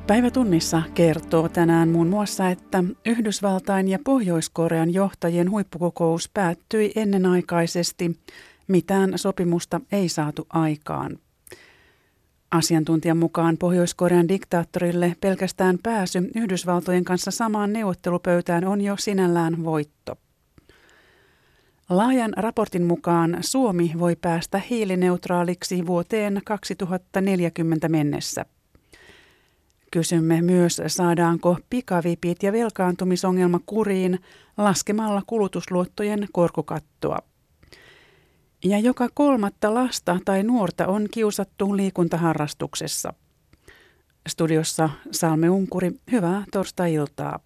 Päivätunnissa kertoo tänään muun muassa, että Yhdysvaltain ja Pohjois-Korean johtajien huippukokous päättyi ennenaikaisesti. Mitään sopimusta ei saatu aikaan. Asiantuntijan mukaan Pohjois-Korean diktaattorille pelkästään pääsy Yhdysvaltojen kanssa samaan neuvottelupöytään on jo sinällään voitto. Laajan raportin mukaan Suomi voi päästä hiilineutraaliksi vuoteen 2040 mennessä. Kysymme myös, saadaanko pikavipit ja velkaantumisongelma kuriin laskemalla kulutusluottojen korkokattoa. Ja joka kolmatta lasta tai nuorta on kiusattu liikuntaharrastuksessa. Studiossa Salme Unkuri, hyvää torstai-iltaa.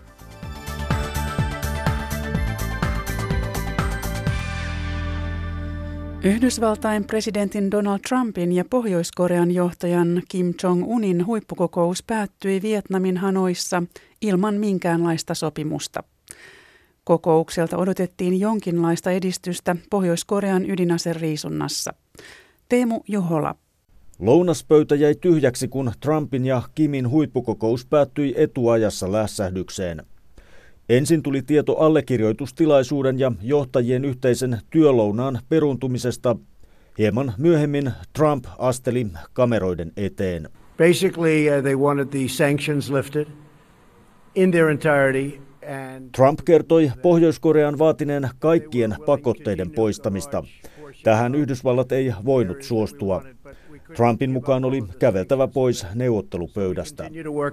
Yhdysvaltain presidentin Donald Trumpin ja Pohjois-Korean johtajan Kim Jong-unin huippukokous päättyi Vietnamin Hanoissa ilman minkäänlaista sopimusta. Kokoukselta odotettiin jonkinlaista edistystä Pohjois-Korean ydinaseriisunnassa. Teemu Juhola. Lounaspöytä jäi tyhjäksi, kun Trumpin ja Kimin huippukokous päättyi etuajassa lässähdykseen. Ensin tuli tieto allekirjoitustilaisuuden ja johtajien yhteisen työlounaan peruuntumisesta. Hieman myöhemmin Trump asteli kameroiden eteen. Basically, they wanted the sanctions lifted in their entirety. Trump kertoi Pohjois-Korean vaatineen kaikkien pakotteiden poistamista. Tähän Yhdysvallat ei voinut suostua. Trumpin mukaan oli käveltävä pois neuvottelupöydästä.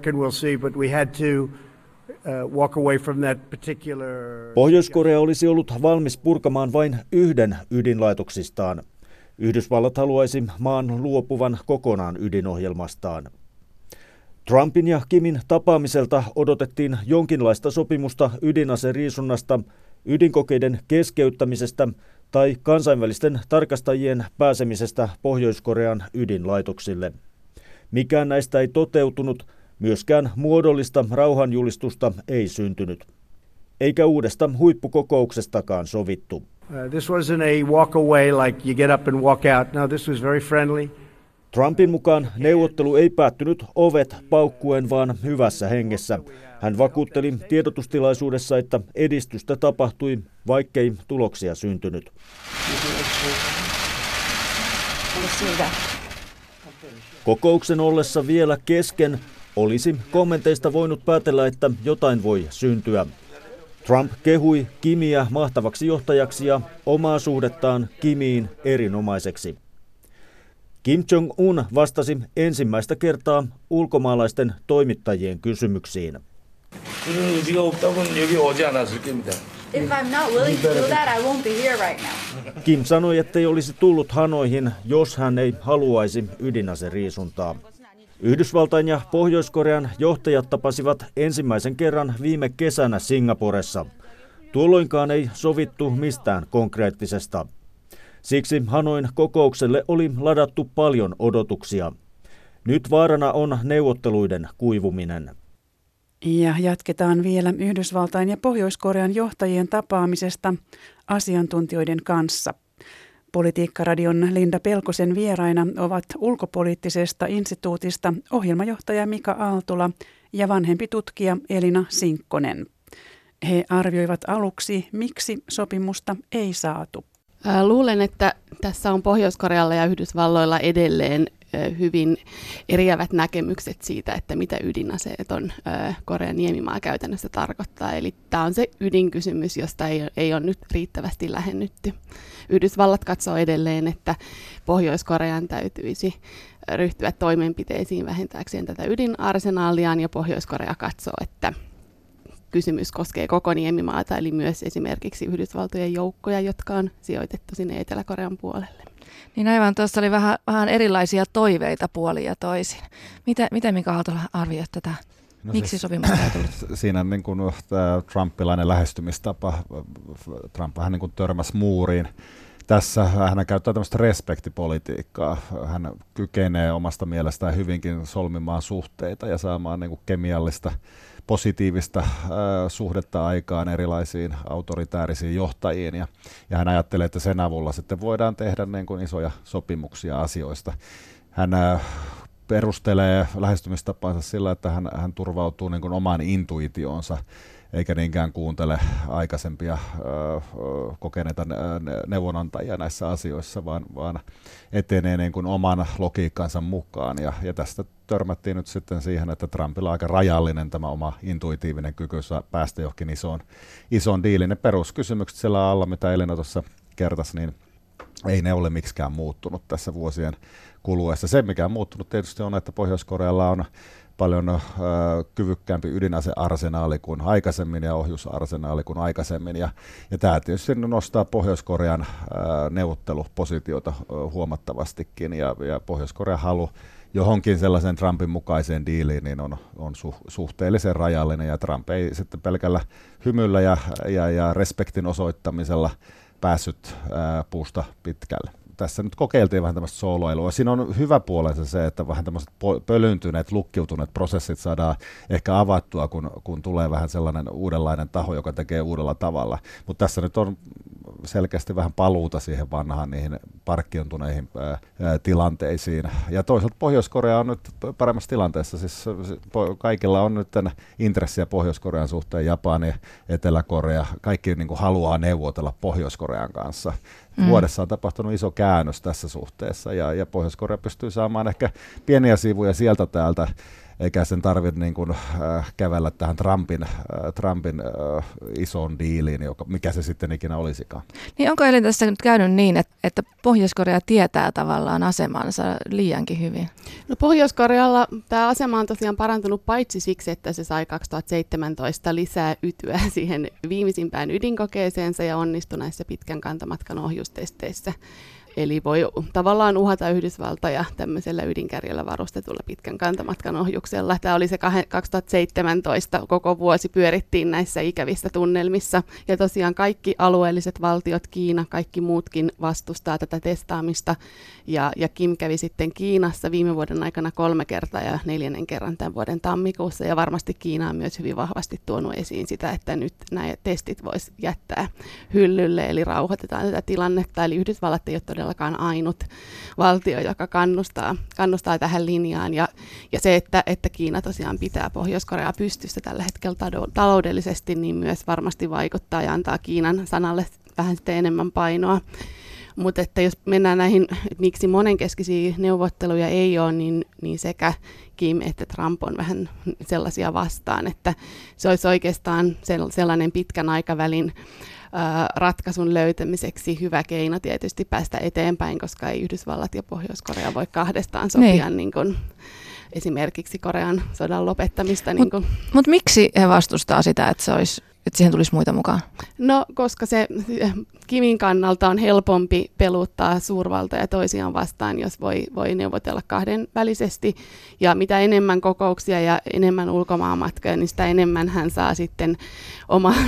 Pohjois-Korea olisi ollut valmis purkamaan vain yhden ydinlaitoksistaan. Yhdysvallat haluaisi maan luopuvan kokonaan ydinohjelmastaan. Trumpin ja Kimin tapaamiselta odotettiin jonkinlaista sopimusta ydinaseriisunnasta, ydinkokeiden keskeyttämisestä tai kansainvälisten tarkastajien pääsemisestä Pohjois-Korean ydinlaitoksille. Mikään näistä ei toteutunut, myöskään muodollista rauhanjulistusta ei syntynyt. Eikä uudesta huippukokouksestakaan sovittu. This wasn't a walk away like you get up and walk out. No, this was very friendly. Trumpin mukaan neuvottelu ei päättynyt ovet paukkuen, vaan hyvässä hengessä. Hän vakuutteli tiedotustilaisuudessa, että edistystä tapahtui, vaikkei tuloksia syntynyt. Kokouksen ollessa vielä kesken olisi kommenteista voinut päätellä, että jotain voi syntyä. Trump kehui Kimiä mahtavaksi johtajaksi ja omaa suhdettaan Kimiin erinomaiseksi. Kim Jong-un vastasi ensimmäistä kertaa ulkomaalaisten toimittajien kysymyksiin. Kim sanoi, ettei olisi tullut Hanoihin, jos hän ei haluaisi ydinaseriisuntaa. Yhdysvaltain ja Pohjois-Korean johtajat tapasivat ensimmäisen kerran viime kesänä Singaporessa. Tuolloinkaan ei sovittu mistään konkreettisesta. Siksi Hanoin kokoukselle oli ladattu paljon odotuksia. Nyt vaarana on neuvotteluiden kuivuminen. Ja jatketaan vielä Yhdysvaltain ja Pohjois-Korean johtajien tapaamisesta asiantuntijoiden kanssa. Politiikkaradion Linda Pelkosen vieraina ovat ulkopoliittisesta instituutista ohjelmajohtaja Mika Aaltola ja vanhempi tutkija Elina Sinkkonen. He arvioivat aluksi, miksi sopimusta ei saatu. Luulen, että tässä on Pohjois-Korealla ja Yhdysvalloilla edelleen hyvin eriävät näkemykset siitä, että mitä ydinaseeton Korean niemimaa käytännössä tarkoittaa. Eli tämä on se ydinkysymys, josta ei ole nyt riittävästi lähennytty. Yhdysvallat katsoo edelleen, että Pohjois-Korean täytyisi ryhtyä toimenpiteisiin vähentääkseen tätä ydinarsenaaliaan, ja Pohjois-Korea katsoo, että kysymys koskee koko niemimaata, eli myös esimerkiksi Yhdysvaltojen joukkoja, jotka on sijoitettu sinne Etelä-Korean puolelle. Niin aivan, tuossa oli vähän erilaisia toiveita puolin ja toisin. Miten Mika Aaltola arvioit tätä? Miksi sopimusta ei tullut? Siinä niin kuin tämä trumpilainen lähestymistapa. Trump vähän niin kuin törmäsi muuriin. Tässä hän käyttää tämmöistä respektipolitiikkaa. Hän kykenee omasta mielestään hyvinkin solmimaan suhteita ja saamaan niin kuin kemiallista positiivista suhdetta aikaan erilaisiin autoritäärisiin johtajiin. Ja hän ajattelee, että sen avulla sitten voidaan tehdä niin kuin isoja sopimuksia asioista. Hän perustelee lähestymistapansa sillä, että hän turvautuu niin kuin omaan intuitioonsa, eikä niinkään kuuntele aikaisempia kokeneita neuvonantajia näissä asioissa, vaan etenee niin kuin oman logiikkansa mukaan. Ja tästä törmättiin nyt sitten siihen, että Trumpilla on aika rajallinen tämä oma intuitiivinen kyky päästä johonkin isoon diiliin. Ne peruskysymykset siellä alla, mitä Elina tuossa kertasi, niin ei ne ole miksikään muuttunut tässä vuosien kuluessa. Se, mikä on muuttunut tietysti on, että Pohjois-Korealla on paljon kyvykkäämpi ydinasearsenaali kuin aikaisemmin ja ohjusarsenaali kuin aikaisemmin. Ja tämä tietysti nostaa Pohjois-Korean neuvottelupositiota huomattavastikin ja Pohjois-Korean halu johonkin sellaisen Trumpin mukaiseen diiliin niin on suhteellisen rajallinen ja Trump ei sitten pelkällä hymyllä ja respektin osoittamisella päässyt puusta pitkälle. Tässä nyt kokeiltiin vähän tämmöistä sooloilua. Siinä on hyvä puolensa se, että vähän tämmöiset pölyntyneet, lukkiutuneet prosessit saadaan ehkä avattua, kun tulee vähän sellainen uudenlainen taho, joka tekee uudella tavalla. Mutta tässä nyt on selkeästi vähän paluuta siihen vanhaan niihin parkkiontuneihin tilanteisiin. Ja toisaalta Pohjois-Korea on nyt paremmassa tilanteessa. Siis kaikilla on nyt intressiä Pohjois-Korean suhteen, Japani, Etelä-Korea. Kaikki niin kuin haluaa neuvotella Pohjois-Korean kanssa. Vuodessa on tapahtunut iso käännös tässä suhteessa ja Pohjois-Korea pystyy saamaan ehkä pieniä sivuja sieltä täältä, eikä sen tarvitse niin kuin, kävellä tähän Trumpin isoon diiliin, mikä se sitten ikinä olisikaan. Niin onko Elin tässä nyt käynyt niin, että Pohjois-Korea tietää tavallaan asemansa liiankin hyvin? No Pohjois-Korealla tämä asema on tosiaan parantunut paitsi siksi, että se sai 2017 lisää ytyä siihen viimeisimpään ydinkokeeseensa ja onnistui näissä pitkän kantamatkan ohjustesteissä. Eli voi tavallaan uhata Yhdysvaltoja tämmöisellä ydinkärjellä varustetulla pitkän kantamatkan ohjuksella. Tämä oli se 2017, koko vuosi pyörittiin näissä ikävissä tunnelmissa. Ja tosiaan kaikki alueelliset valtiot, Kiina, kaikki muutkin vastustaa tätä testaamista. Ja Kim kävi sitten Kiinassa viime vuoden aikana 3 kertaa ja 4. kerran tämän vuoden tammikuussa. Ja varmasti Kiina on myös hyvin vahvasti tuonut esiin sitä, että nyt nämä testit voisi jättää hyllylle. Eli rauhoitetaan tätä tilannetta. Eli Yhdysvallat ei ole todellakaan ainut valtio, joka kannustaa tähän linjaan. Ja se, että Kiina tosiaan pitää Pohjois-Koreaa pystyssä tällä hetkellä taloudellisesti, niin myös varmasti vaikuttaa ja antaa Kiinan sanalle vähän sitten enemmän painoa. Mutta että jos mennään näihin, että miksi monenkeskisiä neuvotteluja ei ole, niin sekä Kim että Trump on vähän sellaisia vastaan, että se olisi oikeastaan sellainen pitkän aikavälin ratkaisun löytämiseksi hyvä keino tietysti päästä eteenpäin, koska ei Yhdysvallat ja Pohjois-Korea voi kahdestaan sopia niin kuin esimerkiksi Korean sodan lopettamista. Mutta miksi he vastustaa sitä, että siihen tulisi muita mukaan? No, koska se Kimin kannalta on helpompi peluttaa suurvaltoja toisiaan vastaan, jos voi neuvotella kahdenvälisesti. Ja mitä enemmän kokouksia ja enemmän ulkomaanmatkoja, niin sitä enemmän hän saa sitten oman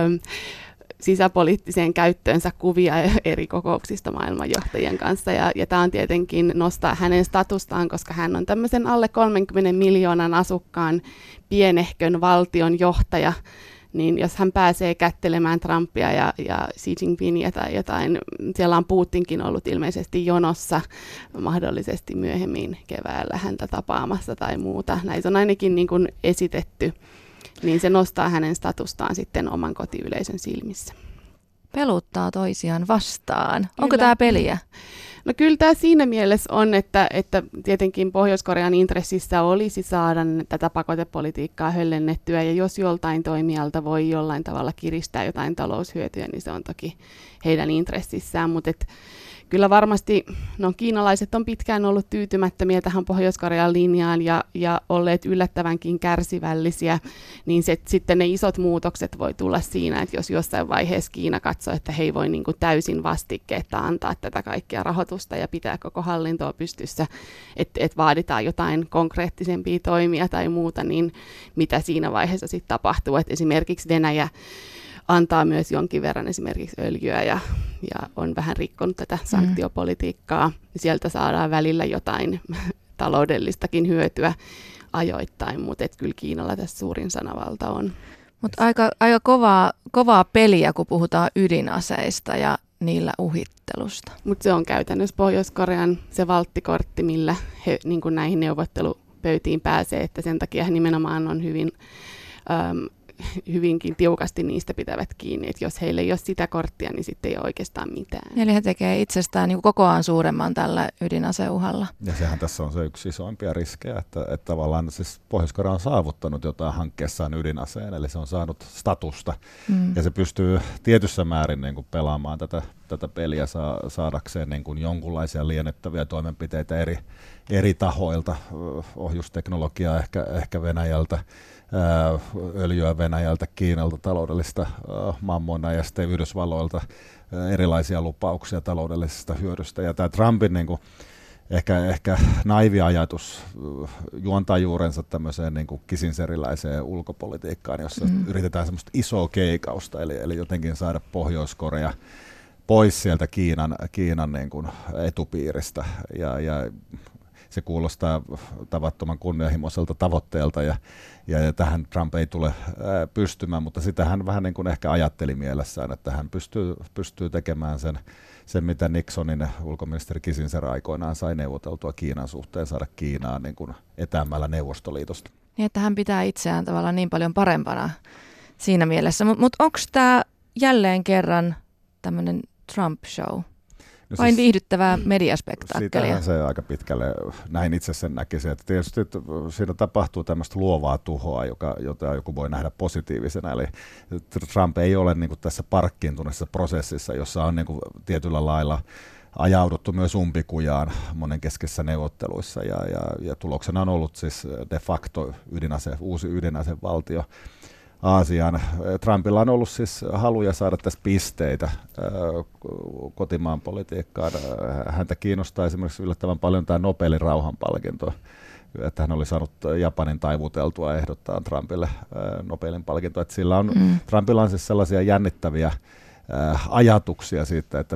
sisäpoliittiseen käyttöönsä kuvia eri kokouksista maailmanjohtajien kanssa. Ja tämä on tietenkin nostaa hänen statustaan, koska hän on tämmöisen alle 30 miljoonan asukkaan pienehkön valtion johtaja. Niin jos hän pääsee kättelemään Trumpia ja Xi Jinpingiä tai jotain, siellä on Putinkin ollut ilmeisesti jonossa mahdollisesti myöhemmin keväällä häntä tapaamassa tai muuta. Näin on ainakin niin kuin esitetty, niin se nostaa hänen statustaan sitten oman kotiyleisön silmissä. Peluttaa toisiaan vastaan. Kyllä. Onko tämä peliä? No kyllä tämä siinä mielessä on, että tietenkin Pohjois-Korean intressissä olisi saada tätä pakotepolitiikkaa höllennettyä, ja jos joltain toimijalta voi jollain tavalla kiristää jotain taloushyötyä, niin se on toki heidän intressissään, mutta kyllä varmasti kiinalaiset on pitkään ollut tyytymättömiä tähän Pohjois-Korean linjaan ja olleet yllättävänkin kärsivällisiä, niin sitten ne isot muutokset voi tulla siinä, että jos jossain vaiheessa Kiina katsoo, että he ei voi niin kuin täysin vastikkeetta antaa tätä kaikkea rahoitusta ja pitää koko hallintoa pystyssä, että vaaditaan jotain konkreettisempia toimia tai muuta, niin mitä siinä vaiheessa sitten tapahtuu, että esimerkiksi Venäjä antaa myös jonkin verran esimerkiksi öljyä ja on vähän rikkonut tätä sanktiopolitiikkaa. Sieltä saadaan välillä jotain taloudellistakin hyötyä ajoittain, mutta kyllä Kiinalla tässä suurin sanavalta on. Mutta aika kovaa peliä, kun puhutaan ydinaseista ja niillä uhittelusta. Mutta se on käytännössä Pohjois-Korean se valttikortti, millä he niin kuin näihin neuvottelupöytiin pääsee, että sen takia he nimenomaan on hyvinkin tiukasti niistä pitävät kiinni, että jos heillä ei ole sitä korttia, niin sitten ei ole oikeastaan mitään. Eli he tekee itsestään niin kokoaan suuremman tällä ydinaseuhalla. Ja sehän tässä on se yksi isoimpia riskejä, että tavallaan siis Pohjois-Korea on saavuttanut jotain hankkeessaan ydinaseen, eli se on saanut statusta, ja se pystyy tietyssä määrin niin kuin pelaamaan tätä peliä saadakseen niin kuin jonkunlaisia liennettäviä toimenpiteitä eri tahoilta, ohjusteknologiaa ehkä Venäjältä, öljyä Venäjältä, Kiinalta, taloudellista mammonaa ja sitten Yhdysvalloilta erilaisia lupauksia taloudellisesta hyödystä. Ja tämä Trumpin niin kuin, ehkä naivi ajatus juontaa juurensa tämmöiseen niin kuin Kissingeriläiseen ulkopolitiikkaan, jossa yritetään semmoista isoa keikausta, eli jotenkin saada Pohjois-Korea pois sieltä Kiinan niin kuin etupiiristä. Ja se kuulostaa tavattoman kunnianhimoiselta tavoitteelta ja tähän Trump ei tule pystymään, mutta sitä hän vähän niin kuin ehkä ajatteli mielessään, että hän pystyy tekemään sen, mitä Nixonin ulkoministeri Kissinger aikoinaan sai neuvoteltua Kiinan suhteen, saada Kiinaa niin kuin etäämällä Neuvostoliitosta. Niin, että hän pitää itseään tavallaan niin paljon parempana siinä mielessä, mutta onko tämä jälleen kerran tämmöinen Trump-show? Vain viihdyttävää mediaspektaakkelia. Siitähän se aika pitkälle näin itse sen näkisi. Että tietysti siinä tapahtuu tämmöistä luovaa tuhoa, jota joku voi nähdä positiivisena. Eli Trump ei ole niin kuin tässä parkkiintuneessa prosessissa, jossa on niin kuin tietyllä lailla ajauduttu myös umpikujaan monenkeskisissä neuvotteluissa. Ja tuloksena on ollut siis de facto uusi ydinasevaltio Aasiaan. Trumpilla on ollut siis haluja saada tässä pisteitä kotimaan politiikkaan. Häntä kiinnostaa esimerkiksi yllättävän paljon tämä Nobelin rauhanpalkinto, että hän oli saanut Japanin taivuteltua ehdottaa Trumpille Nobelin palkintoa. Trumpilla on siis sellaisia jännittäviä ajatuksia siitä, että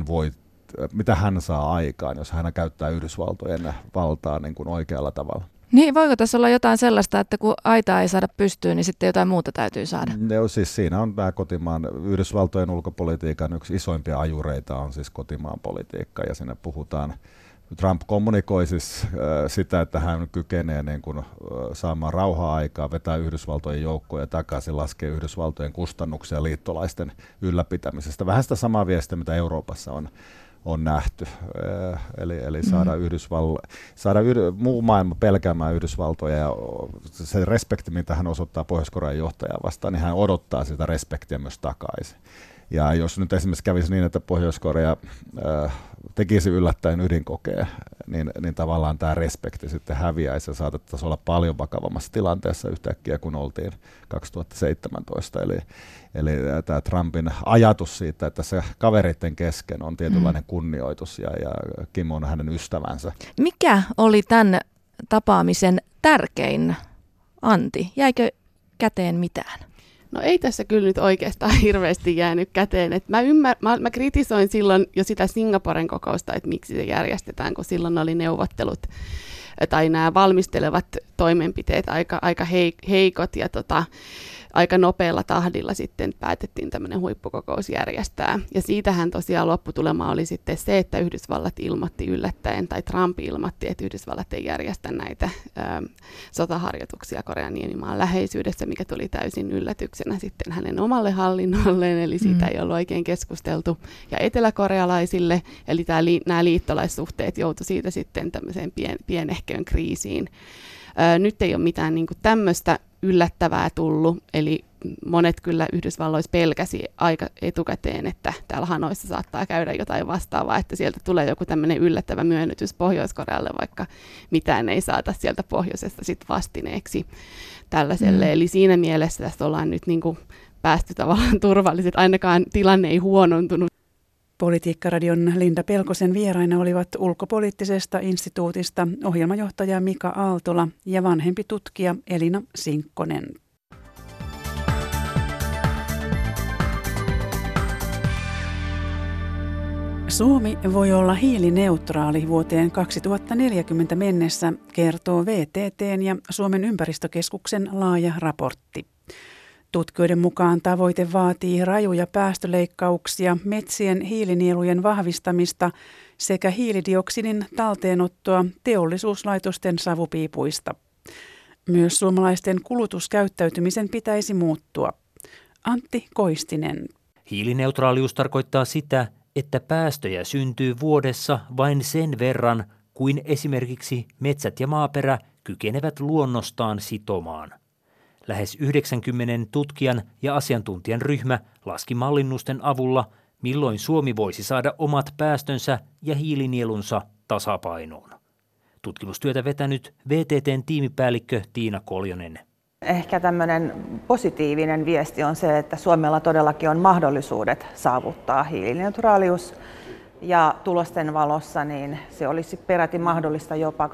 mitä hän saa aikaan, jos hän käyttää Yhdysvaltojen valtaa niin kuin oikealla tavalla. Niin, voiko tässä olla jotain sellaista, että kun aitaa ei saada pystyyn, niin sitten jotain muuta täytyy saada? Siis siinä on tämä kotimaan Yhdysvaltojen ulkopolitiikan yksi isoimpia ajureita on siis kotimaan politiikka, ja siinä puhutaan, Trump kommunikoi siis sitä, että hän kykenee niin kuin saamaan rauhaa aikaa, vetää Yhdysvaltojen joukkoja takaisin, laskee Yhdysvaltojen kustannuksia liittolaisten ylläpitämisestä. Vähän sitä samaa viestiä, mitä Euroopassa on nähty, eli saada muu maailma pelkäämään Yhdysvaltoja, ja se respekti, mitä hän osoittaa Pohjois-Korean johtajaa vastaan, niin hän odottaa sitä respektiä myös takaisin. Ja jos nyt esimerkiksi kävisi niin, että Pohjois-Korea tekisi yllättäen ydinkokeen, niin tavallaan tämä respekti sitten häviäisi ja saatettaisiin olla paljon vakavammassa tilanteessa yhtäkkiä, kun oltiin 2017. Eli tämä Trumpin ajatus siitä, että se kavereiden kesken on tietynlainen kunnioitus ja Kim on hänen ystävänsä. Mikä oli tämän tapaamisen tärkein anti? Jäikö käteen mitään? No ei tässä kyllä nyt oikeastaan hirveästi jäänyt käteen. Et mä kritisoin silloin jo sitä Singaporen kokousta, että miksi se järjestetään, kun silloin oli neuvottelut tai nämä valmistelevat toimenpiteet aika heikot ja aika nopealla tahdilla sitten päätettiin tämmöinen huippukokous järjestää. Ja siitähän tosiaan lopputulema oli sitten se, että Yhdysvallat ilmoitti yllättäen, tai Trump ilmoitti, että Yhdysvallat ei järjestä näitä sotaharjoituksia Korean niemimaan läheisyydessä, mikä tuli täysin yllätyksenä sitten hänen omalle hallinnolleen, eli siitä ei ollut oikein keskusteltu. Ja eteläkorealaisille, eli nämä liittolaissuhteet joutui siitä sitten tämmöiseen pienehköön kriisiin. Nyt ei ole mitään niin kuin tämmöistä yllättävää tullut, eli monet kyllä Yhdysvalloissa pelkäsi aika etukäteen, että täällä Hanoissa saattaa käydä jotain vastaavaa, että sieltä tulee joku tämmöinen yllättävä myönnytys Pohjois-Korealle, vaikka mitään ei saata sieltä pohjoisesta sit vastineeksi tällaiselle. Eli siinä mielessä tässä ollaan nyt niin kuin päästy tavallaan turvalliset, ainakaan tilanne ei huonontunut. Politiikkaradion Linda Pelkosen vieraina olivat ulkopoliittisesta instituutista ohjelmajohtaja Mika Aaltola ja vanhempi tutkija Elina Sinkkonen. Suomi voi olla hiilineutraali vuoteen 2040 mennessä, kertoo VTT:n ja Suomen ympäristökeskuksen laaja raportti. Tutkijoiden mukaan tavoite vaatii rajuja päästöleikkauksia, metsien hiilinielujen vahvistamista sekä hiilidioksidin talteenottoa teollisuuslaitosten savupiipuista. Myös suomalaisten kulutuskäyttäytymisen pitäisi muuttua. Antti Koistinen. Hiilineutraalius tarkoittaa sitä, että päästöjä syntyy vuodessa vain sen verran, kuin esimerkiksi metsät ja maaperä kykenevät luonnostaan sitomaan. Lähes 90 tutkijan ja asiantuntijan ryhmä laski mallinnusten avulla, milloin Suomi voisi saada omat päästönsä ja hiilinielunsa tasapainoon. Tutkimustyötä vetänyt VTT:n tiimipäällikkö Tiina Koljonen. Ehkä tämmöinen positiivinen viesti on se, että Suomella todellakin on mahdollisuudet saavuttaa hiilineutraalius. Ja tulosten valossa niin se olisi peräti mahdollista jopa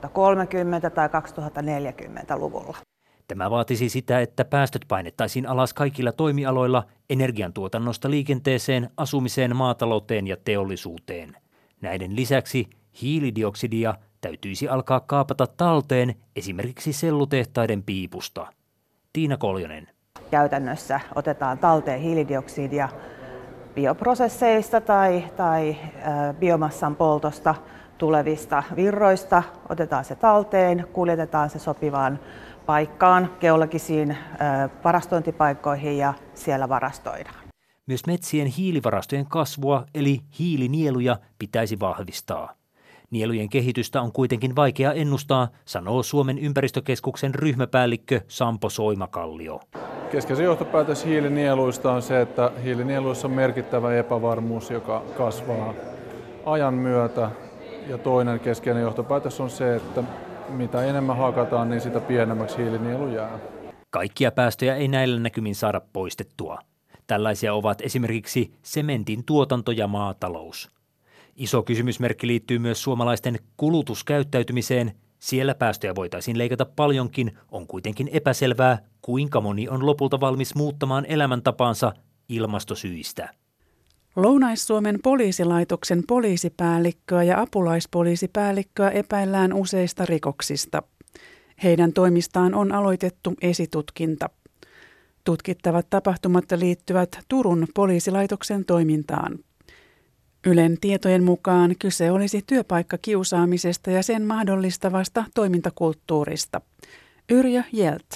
2030 tai 2040-luvulla. Tämä vaatisi sitä, että päästöt painettaisiin alas kaikilla toimialoilla energiantuotannosta liikenteeseen, asumiseen, maatalouteen ja teollisuuteen. Näiden lisäksi hiilidioksidia täytyisi alkaa kaapata talteen esimerkiksi sellutehtaiden piipusta. Tiina Koljonen. Käytännössä otetaan talteen hiilidioksidia bioprosesseista tai biomassan poltosta tulevista virroista. Otetaan se talteen, kuljetetaan se sopivaan paikkaan, geologisiin varastointipaikkoihin ja siellä varastoidaan. Myös metsien hiilivarastojen kasvua eli hiilinieluja pitäisi vahvistaa. Nielujen kehitystä on kuitenkin vaikea ennustaa, sanoo Suomen ympäristökeskuksen ryhmäpäällikkö Sampo Soimakallio. Keskeisin johtopäätös hiilinieluista on se, että hiilinieluissa on merkittävä epävarmuus, joka kasvaa ajan myötä. Ja toinen keskeinen johtopäätös on se, että mitä enemmän hakataan, niin sitä pienemmäksi hiilinielu jää. Kaikkia päästöjä ei näillä näkymin saada poistettua. Tällaisia ovat esimerkiksi sementin tuotanto ja maatalous. Iso kysymysmerkki liittyy myös suomalaisten kulutuskäyttäytymiseen. Siellä päästöjä voitaisiin leikata paljonkin, on kuitenkin epäselvää, kuinka moni on lopulta valmis muuttamaan elämäntapaansa ilmastosyistä. Lounais-Suomen poliisilaitoksen poliisipäällikköä ja apulaispoliisipäällikköä epäillään useista rikoksista. Heidän toimistaan on aloitettu esitutkinta. Tutkittavat tapahtumat liittyvät Turun poliisilaitoksen toimintaan. Ylen tietojen mukaan kyse olisi työpaikkakiusaamisesta ja sen mahdollistavasta toimintakulttuurista. Yrjö Hjelt.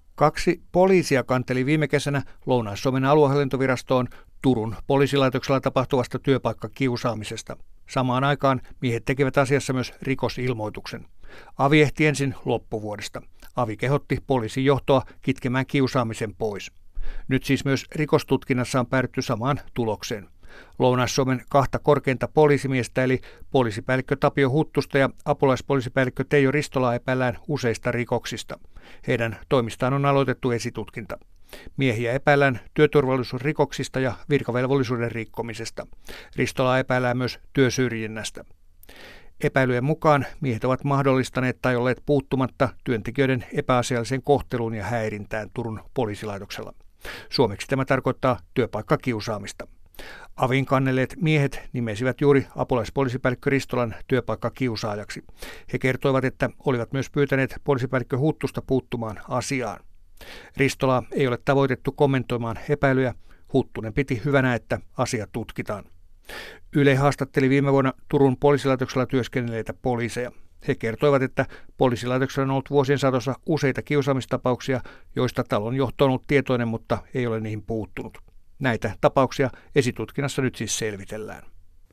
2 poliisia kanteli viime kesänä Lounais-Suomen aluehallintovirastoon Turun poliisilaitoksella tapahtuvasta työpaikkakiusaamisesta. Samaan aikaan miehet tekevät asiassa myös rikosilmoituksen. Avi ehti ensin loppuvuodesta. Avi kehotti poliisin johtoa kitkemään kiusaamisen pois. Nyt siis myös rikostutkinnassa on päädytty samaan tulokseen. Lounais-Suomen 2 korkeinta poliisimiestä eli poliisipäällikkö Tapio Huttusta ja apulaispoliisipäällikkö Teijo Ristolaa epäillään useista rikoksista. Heidän toimistaan on aloitettu esitutkinta. Miehiä epäillään työturvallisuusrikoksista ja virkavelvollisuuden rikkomisesta. Ristolaa epäillään myös työsyrjinnästä. Epäilyjen mukaan miehet ovat mahdollistaneet tai olleet puuttumatta työntekijöiden epäasialliseen kohteluun ja häirintään Turun poliisilaitoksella. Suomeksi tämä tarkoittaa työpaikkakiusaamista. Avin kannelleet miehet nimesivät juuri apulaispoliisipäällikkö Ristolan työpaikkakiusaajaksi. He kertoivat, että olivat myös pyytäneet poliisipäällikkö Huttusta puuttumaan asiaan. Ristolaa ei ole tavoitettu kommentoimaan epäilyjä. Huttunen piti hyvänä, että asia tutkitaan. Yle haastatteli viime vuonna Turun poliisilaitoksella työskennelleitä poliiseja. He kertoivat, että poliisilaitoksella on ollut vuosien saatossa useita kiusaamistapauksia, joista talon johto on ollut tietoinen, mutta ei ole niihin puuttunut. Näitä tapauksia esitutkinnassa nyt siis selvitellään.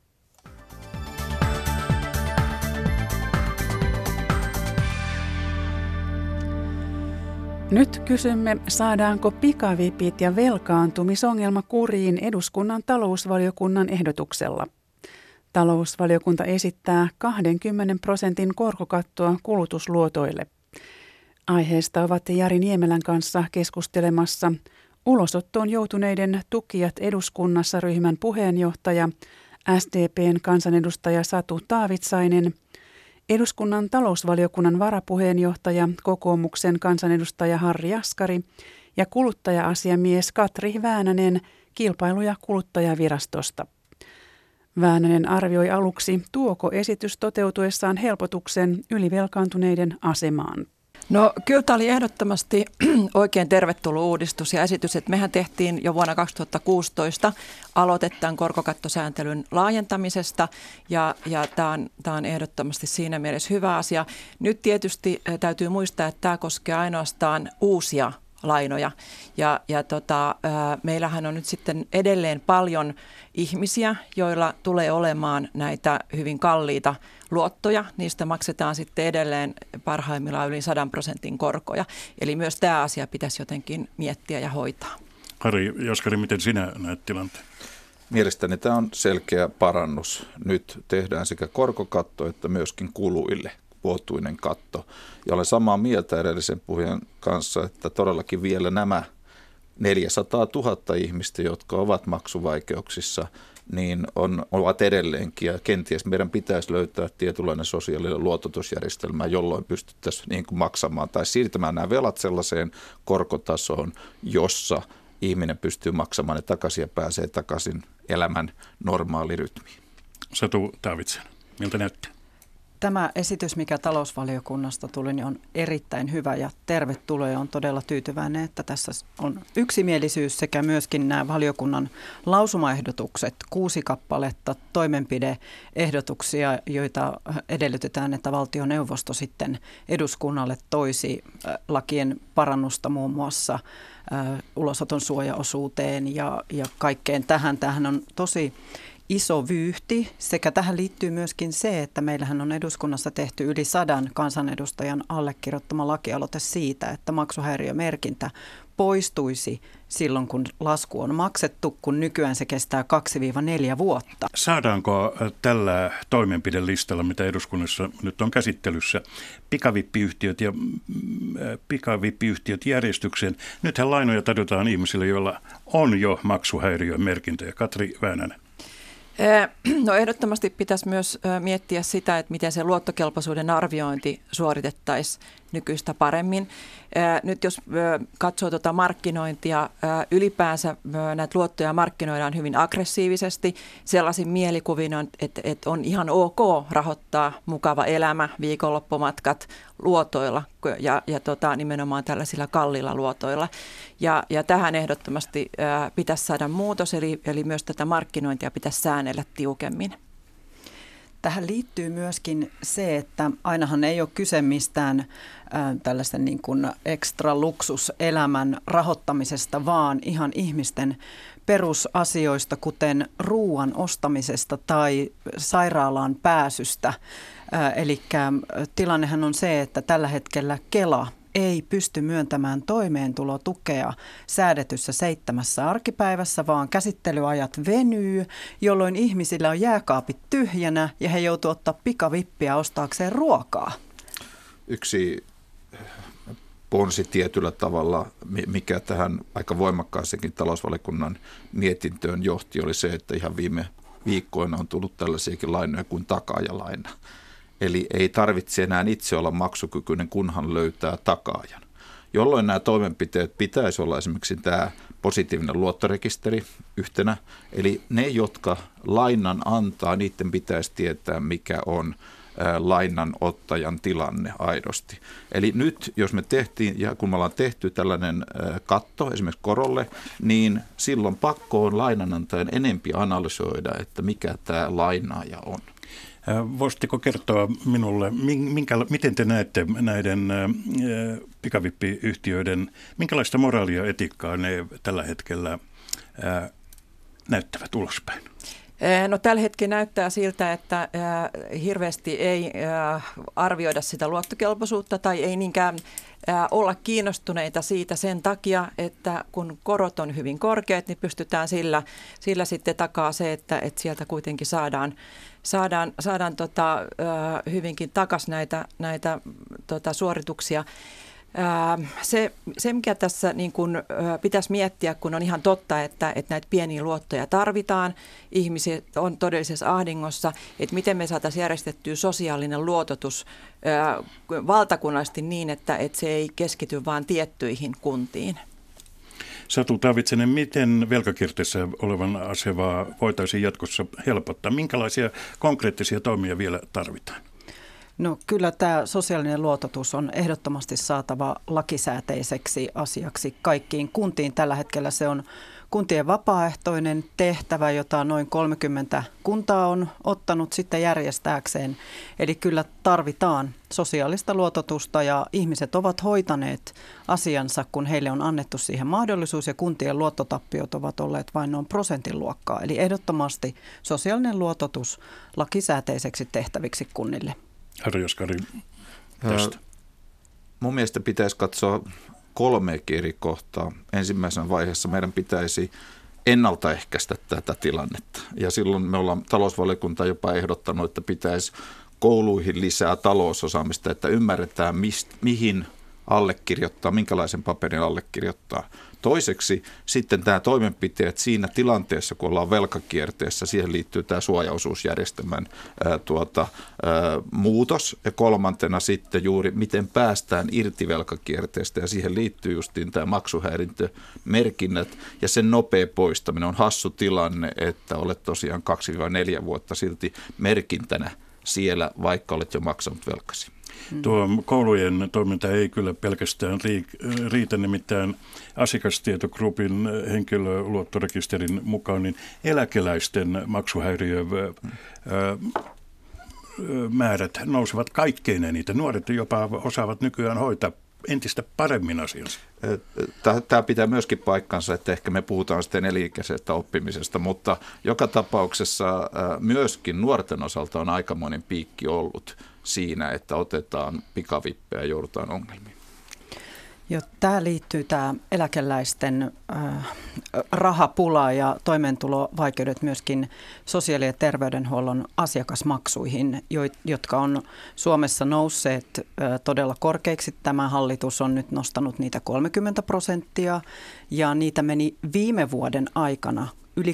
Nyt kysymme, saadaanko pikavipit ja velkaantumisongelma kuriin eduskunnan talousvaliokunnan ehdotuksella. Talousvaliokunta esittää 20% korkokattoa kulutusluotoille. Aiheesta ovat Jari Niemelän kanssa keskustelemassa ulosottoon joutuneiden tukijat eduskunnassa ryhmän puheenjohtaja, SDP:n kansanedustaja Satu Taavitsainen, eduskunnan talousvaliokunnan varapuheenjohtaja, kokoomuksen kansanedustaja Harri Jaskari ja kuluttaja-asiamies Katri Väänänen Kilpailu- ja kuluttajavirastosta. Väänänen arvioi aluksi, tuoko esitys toteutuessaan helpotuksen ylivelkaantuneiden asemaan. No kyllä tämä oli ehdottomasti oikein tervetullut uudistus ja esitys, että mehän tehtiin jo vuonna 2016 aloite tämän korkokattosääntelyn laajentamisesta ja tämä on ehdottomasti siinä mielessä hyvä asia. Nyt tietysti täytyy muistaa, että tämä koskee ainoastaan uusia lainoja ja meillähän on nyt sitten edelleen paljon ihmisiä, joilla tulee olemaan näitä hyvin kalliita luottoja. Niistä maksetaan sitten edelleen parhaimmillaan yli 100% korkoja. Eli myös tämä asia pitäisi jotenkin miettiä ja hoitaa. Harri Jaskari, miten sinä näet tilanteen? Mielestäni tämä on selkeä parannus. Nyt tehdään sekä korkokatto että myöskin kuluille vuotuinen katto. Ja olen samaa mieltä edellisen puhujan kanssa, että todellakin vielä nämä 400 000 ihmistä, jotka ovat maksuvaikeuksissa, niin ovat edelleenkin. Ja kenties meidän pitäisi löytää tietynlainen sosiaalinen luototusjärjestelmä, jolloin pystyttäisiin niin kuin maksamaan tai siirtämään nämä velat sellaiseen korkotasoon, jossa ihminen pystyy maksamaan ne takaisin ja pääsee takaisin elämän normaalirytmiin. Satu Taavitsen, miltä näyttää? Tämä esitys, mikä talousvaliokunnasta tuli, niin on erittäin hyvä ja tervetuloa ja on todella tyytyväinen, että tässä on yksimielisyys sekä myöskin nämä valiokunnan lausumaehdotukset, 6 kappaletta toimenpideehdotuksia, joita edellytetään, että valtioneuvosto sitten eduskunnalle toisi lakien parannusta muun muassa ulosoton suojaosuuteen ja kaikkeen tähän. Tämähän on tosi iso vyyhti sekä tähän liittyy myöskin se, että meillähän on eduskunnassa tehty yli 100 kansanedustajan allekirjoittama lakialoite siitä, että maksuhäiriömerkintä poistuisi silloin, kun lasku on maksettu, kun nykyään se kestää 2-4 vuotta. Saadaanko tällä toimenpidelistalla, mitä eduskunnassa nyt on käsittelyssä, pikavippiyhtiöt järjestykseen? Nythän lainoja tarjotaan ihmisille, joilla on jo maksuhäiriömerkintöjä. Katri Väänänen. No ehdottomasti pitäisi myös miettiä sitä, että miten se luottokelpoisuuden arviointi suoritettaisiin nykyistä paremmin. Nyt jos katsoo tuota markkinointia, ylipäänsä näitä luottoja markkinoidaan hyvin aggressiivisesti. Sellaisin mielikuvin on, että on ihan ok rahoittaa mukava elämä, viikonloppumatkat luotoilla ja nimenomaan tällaisilla kalliilla luotoilla. Ja tähän ehdottomasti pitäisi saada muutos, eli myös tätä markkinointia pitäisi säännellä tiukemmin. Tähän liittyy myöskin se, että ainahan ei ole kyse mistään tällaisen niin kuin ekstra luksuselämän rahoittamisesta, vaan ihan ihmisten perusasioista, kuten ruoan ostamisesta tai sairaalaan pääsystä. Eli tilannehan on se, että tällä hetkellä Kela ei pysty myöntämään toimeentulotukea säädetyssä 7 arkipäivässä, vaan käsittelyajat venyy, jolloin ihmisillä on jääkaapit tyhjänä ja he joutuvat ottaa pikavippiä ostaakseen ruokaa. Yksi ponsi tietyllä tavalla, mikä tähän aika voimakkaaseenkin talousvaliokunnan mietintöön johti, oli se, että ihan viime viikkoina on tullut tällaisiakin lainoja kuin takaajalaina. Eli ei tarvitse enää itse olla maksukykyinen, kunhan löytää takaajan. Jolloin nämä toimenpiteet pitäisi olla esimerkiksi tämä positiivinen luottorekisteri yhtenä. Eli ne, jotka lainan antaa, niiden pitäisi tietää, mikä on lainanottajan tilanne aidosti. Eli nyt, jos me tehtiin, ja kun me ollaan tehty tällainen katto esimerkiksi korolle, niin silloin pakko on lainanantajan enempi analysoida, että mikä tämä lainaaja on. Voisitteko kertoa minulle, miten te näette näiden pikavippiyhtiöiden, minkälaista moraalia ja etiikkaa ne tällä hetkellä näyttävät ulospäin? No tällä hetkellä näyttää siltä, että hirveästi ei arvioida sitä luottokelpoisuutta tai ei niinkään olla kiinnostuneita siitä sen takia, että kun korot on hyvin korkeat, niin pystytään sillä sitten takaa se, että sieltä kuitenkin saadaan hyvinkin takaisin näitä suorituksia. Se, mikä tässä niin kun, pitäisi miettiä, kun on ihan totta, että näitä pieniä luottoja tarvitaan, ihmiset on todellisessa ahdingossa, että miten me saataisiin järjestettyä sosiaalinen luototus valtakunnallisesti niin, että se ei keskity vain tiettyihin kuntiin. Satu Taavitsen, miten velkakierteessä olevan asemaa voitaisiin jatkossa helpottaa? Minkälaisia konkreettisia toimia vielä tarvitaan? No kyllä tämä sosiaalinen luototus on ehdottomasti saatava lakisääteiseksi asiaksi kaikkiin kuntiin. Tällä hetkellä se on kuntien vapaaehtoinen tehtävä, jota noin 30 kuntaa on ottanut sitten järjestääkseen. Eli kyllä tarvitaan sosiaalista luototusta ja ihmiset ovat hoitaneet asiansa, kun heille on annettu siihen mahdollisuus ja kuntien luottotappiot ovat olleet vain noin prosentin luokkaa. Eli ehdottomasti sosiaalinen luototus lakisääteiseksi tehtäviksi kunnille. Harri Jaskari tästä. Mun mielestä pitäisi katsoa 3 eri kohtaa. Ensimmäisenä vaiheessa meidän pitäisi ennaltaehkäistä tätä tilannetta. Ja silloin me ollaan talousvaliokunta jopa ehdottanut, että pitäisi kouluihin lisää talousosaamista, että ymmärretään mihin allekirjoittaa, minkälaisen paperin allekirjoittaa. Toiseksi sitten tämä toimenpiteet siinä tilanteessa, kun ollaan velkakierteessä, siihen liittyy tämä suojaosuusjärjestelmän muutos. Ja kolmantena sitten juuri, miten päästään irti velkakierteestä, ja siihen liittyy justiin tämä maksuhäirintömerkinnät ja sen nopea poistaminen. On hassu tilanne, että olet tosiaan 2-4 vuotta silti merkintänä siellä, vaikka olet jo maksanut velkasi. Tuo koulujen toiminta ei kyllä pelkästään riitä, nimittäin asiakastietogrupin henkilöluottorekisterin mukaan niin eläkeläisten maksuhäiriömäärät nousevat kaikkein eniten. Nuoret jopa osaavat nykyään hoitaa entistä paremmin asiansa. Tämä pitää myöskin paikkansa, että ehkä me puhutaan sitten elinikäisestä oppimisesta, mutta joka tapauksessa myöskin nuorten osalta on aikamoinen piikki ollut siinä, että otetaan pikavippejä ja joudutaan ongelmiin. Joo, tämä liittyy tämä eläkeläisten rahapula ja toimeentulovaikeudet myöskin sosiaali- ja terveydenhuollon asiakasmaksuihin, jotka on Suomessa nousseet todella korkeiksi. Tämä hallitus on nyt nostanut niitä 30% ja niitä meni viime vuoden aikana yli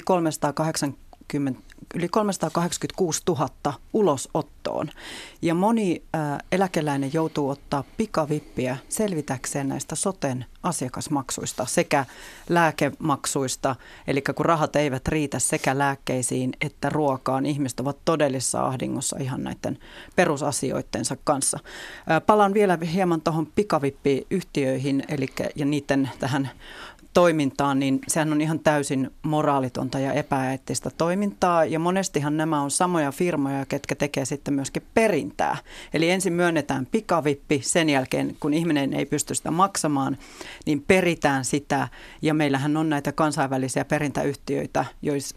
386 000 ulosottoon. Ja moni eläkeläinen joutuu ottaa pikavippiä selvitäkseen näistä soten asiakasmaksuista sekä lääkemaksuista. Eli kun rahat eivät riitä sekä lääkkeisiin että ruokaan, ihmiset ovat todellisessa ahdingossa ihan näiden perusasioittensa kanssa. Palaan vielä hieman tuohon pikavippiyhtiöihin ja niiden tähän toimintaan, niin sehän on ihan täysin moraalitonta ja epäeettistä toimintaa, ja monestihan nämä on samoja firmoja, ketkä tekee sitten myöskin perintää. Eli ensin myönnetään pikavippi, sen jälkeen kun ihminen ei pysty sitä maksamaan, niin peritään sitä, ja meillähän on näitä kansainvälisiä perintäyhtiöitä,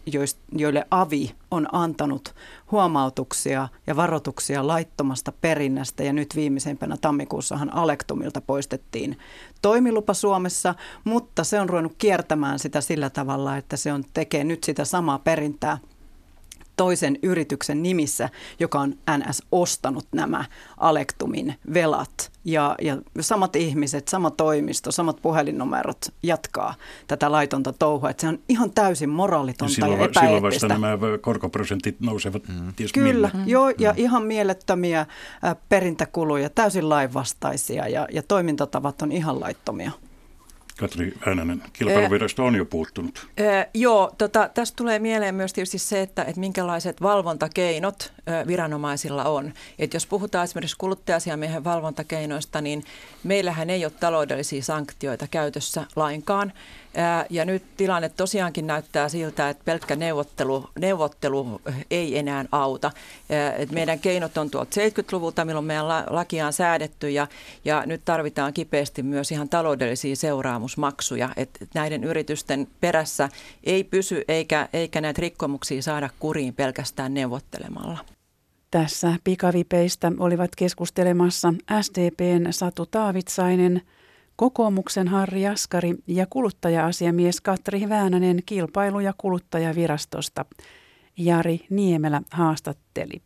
joille avi on antanut huomautuksia ja varoituksia laittomasta perinnästä, ja nyt viimeisempänä tammikuussahan Alektumilta poistettiin toimilupa Suomessa, mutta se on ruvennut kiertämään sitä sillä tavalla, että se tekee nyt sitä samaa perintää toisen yrityksen nimissä, joka on NS ostanut nämä Alektumin velat. Ja samat ihmiset, sama toimisto, samat puhelinnumerot jatkaa tätä laitonta touhua. Että se on ihan täysin moraalitonta ja epäeettistä. Silloin vasta nämä korkoprosentit nousevat ties Kyllä, joo, ja ihan mielettömiä perintäkuluja, täysin lainvastaisia ja toimintatavat on ihan laittomia. Katri Väänänen, Kilpailuvirasto on jo puuttunut. Joo, tästä tulee mieleen myös tietysti se, että minkälaiset valvontakeinot viranomaisilla on. Et jos puhutaan esimerkiksi kuluttaja-asiamiehen valvontakeinoista, niin meillähän ei ole taloudellisia sanktioita käytössä lainkaan. Ja nyt tilanne tosiaankin näyttää siltä, että pelkkä neuvottelu ei enää auta. Et meidän keinot on tuolta 70-luvulta, milloin meidän lakia on säädetty, ja nyt tarvitaan kipeästi myös ihan taloudellisia seuraamusmaksuja. Et näiden yritysten perässä ei pysy eikä näitä rikkomuksia saada kuriin pelkästään neuvottelemalla. Tässä pikavipeistä olivat keskustelemassa SDP:n Satu Taavitsainen, kokoomuksen Harri Jaskari ja kuluttaja-asiamies Katri Väänänen Kilpailu- ja kuluttajavirastosta. Jari Niemelä haastatteli.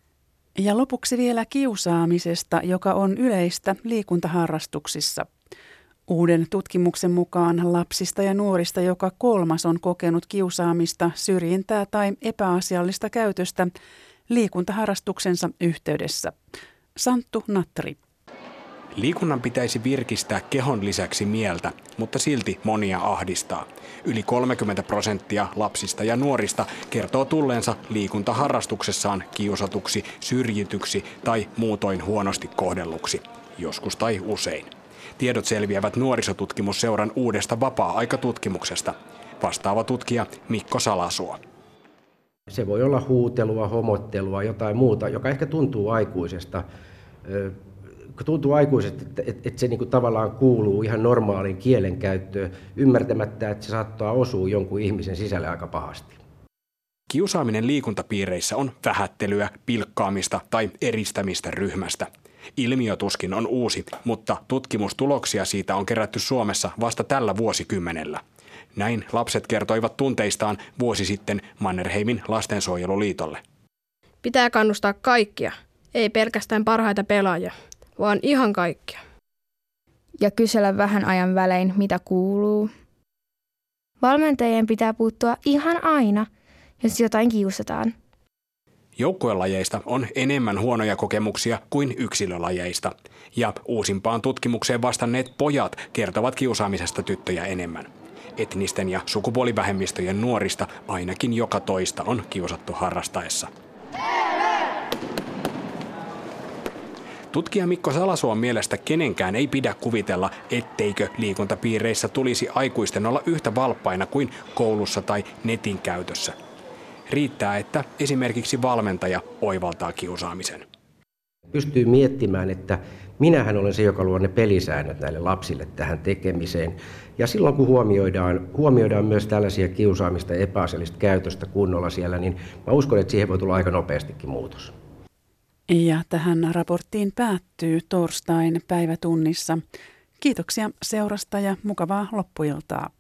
Ja lopuksi vielä kiusaamisesta, joka on yleistä liikuntaharrastuksissa. Uuden tutkimuksen mukaan lapsista ja nuorista joka 3. on kokenut kiusaamista, syrjintää tai epäasiallista käytöstä liikuntaharrastuksensa yhteydessä. Santtu Nattari. Liikunnan pitäisi virkistää kehon lisäksi mieltä, mutta silti monia ahdistaa. Yli 30% lapsista ja nuorista kertoo tulleensa liikuntaharrastuksessaan kiusatuksi, syrjityksi tai muutoin huonosti kohdelluksi, joskus tai usein. Tiedot selviävät Nuorisotutkimusseuran uudesta vapaa-aikatutkimuksesta. Vastaava tutkija Mikko Salasuo. Se voi olla huutelua, homottelua, jotain muuta, joka ehkä tuntuu aikuisesta. Että se niinku tavallaan kuuluu ihan normaaliin kielenkäyttöön, ymmärtämättä, että se saattaa osua jonkun ihmisen sisälle aika pahasti. Kiusaaminen liikuntapiireissä on vähättelyä, pilkkaamista tai eristämistä ryhmästä. Ilmiö tuskin on uusi, mutta tutkimustuloksia siitä on kerätty Suomessa vasta tällä vuosikymmenellä. Näin lapset kertoivat tunteistaan vuosi sitten Mannerheimin lastensuojeluliitolle. Pitää kannustaa kaikkia, ei pelkästään parhaita pelaajia, vaan ihan kaikkia. Ja kysellä vähän ajan välein, mitä kuuluu. Valmentajien pitää puuttua ihan aina, jos jotain kiusataan. Joukkuelajeista on enemmän huonoja kokemuksia kuin yksilölajeista. Ja uusimpaan tutkimukseen vastanneet pojat kertovat kiusaamisesta tyttöjä enemmän. Etnisten ja sukupuolivähemmistöjen nuorista ainakin joka toista on kiusattu harrastaessa. Tutkija Mikko Salasuon mielestä kenenkään ei pidä kuvitella, etteikö liikuntapiireissä tulisi aikuisten olla yhtä valppaina kuin koulussa tai netin käytössä. Riittää, että esimerkiksi valmentaja oivaltaa kiusaamisen. Pystyy miettimään, että minähän olen se, joka luo ne pelisäännöt näille lapsille tähän tekemiseen. Ja silloin kun huomioidaan myös tällaisia kiusaamista ja epäasiallista käytöstä kunnolla siellä, niin mä uskon, että siihen voi tulla aika nopeastikin muutos. Ja tähän raporttiin päättyy torstain päivätunnissa. Kiitoksia seurasta ja mukavaa loppuiltaa.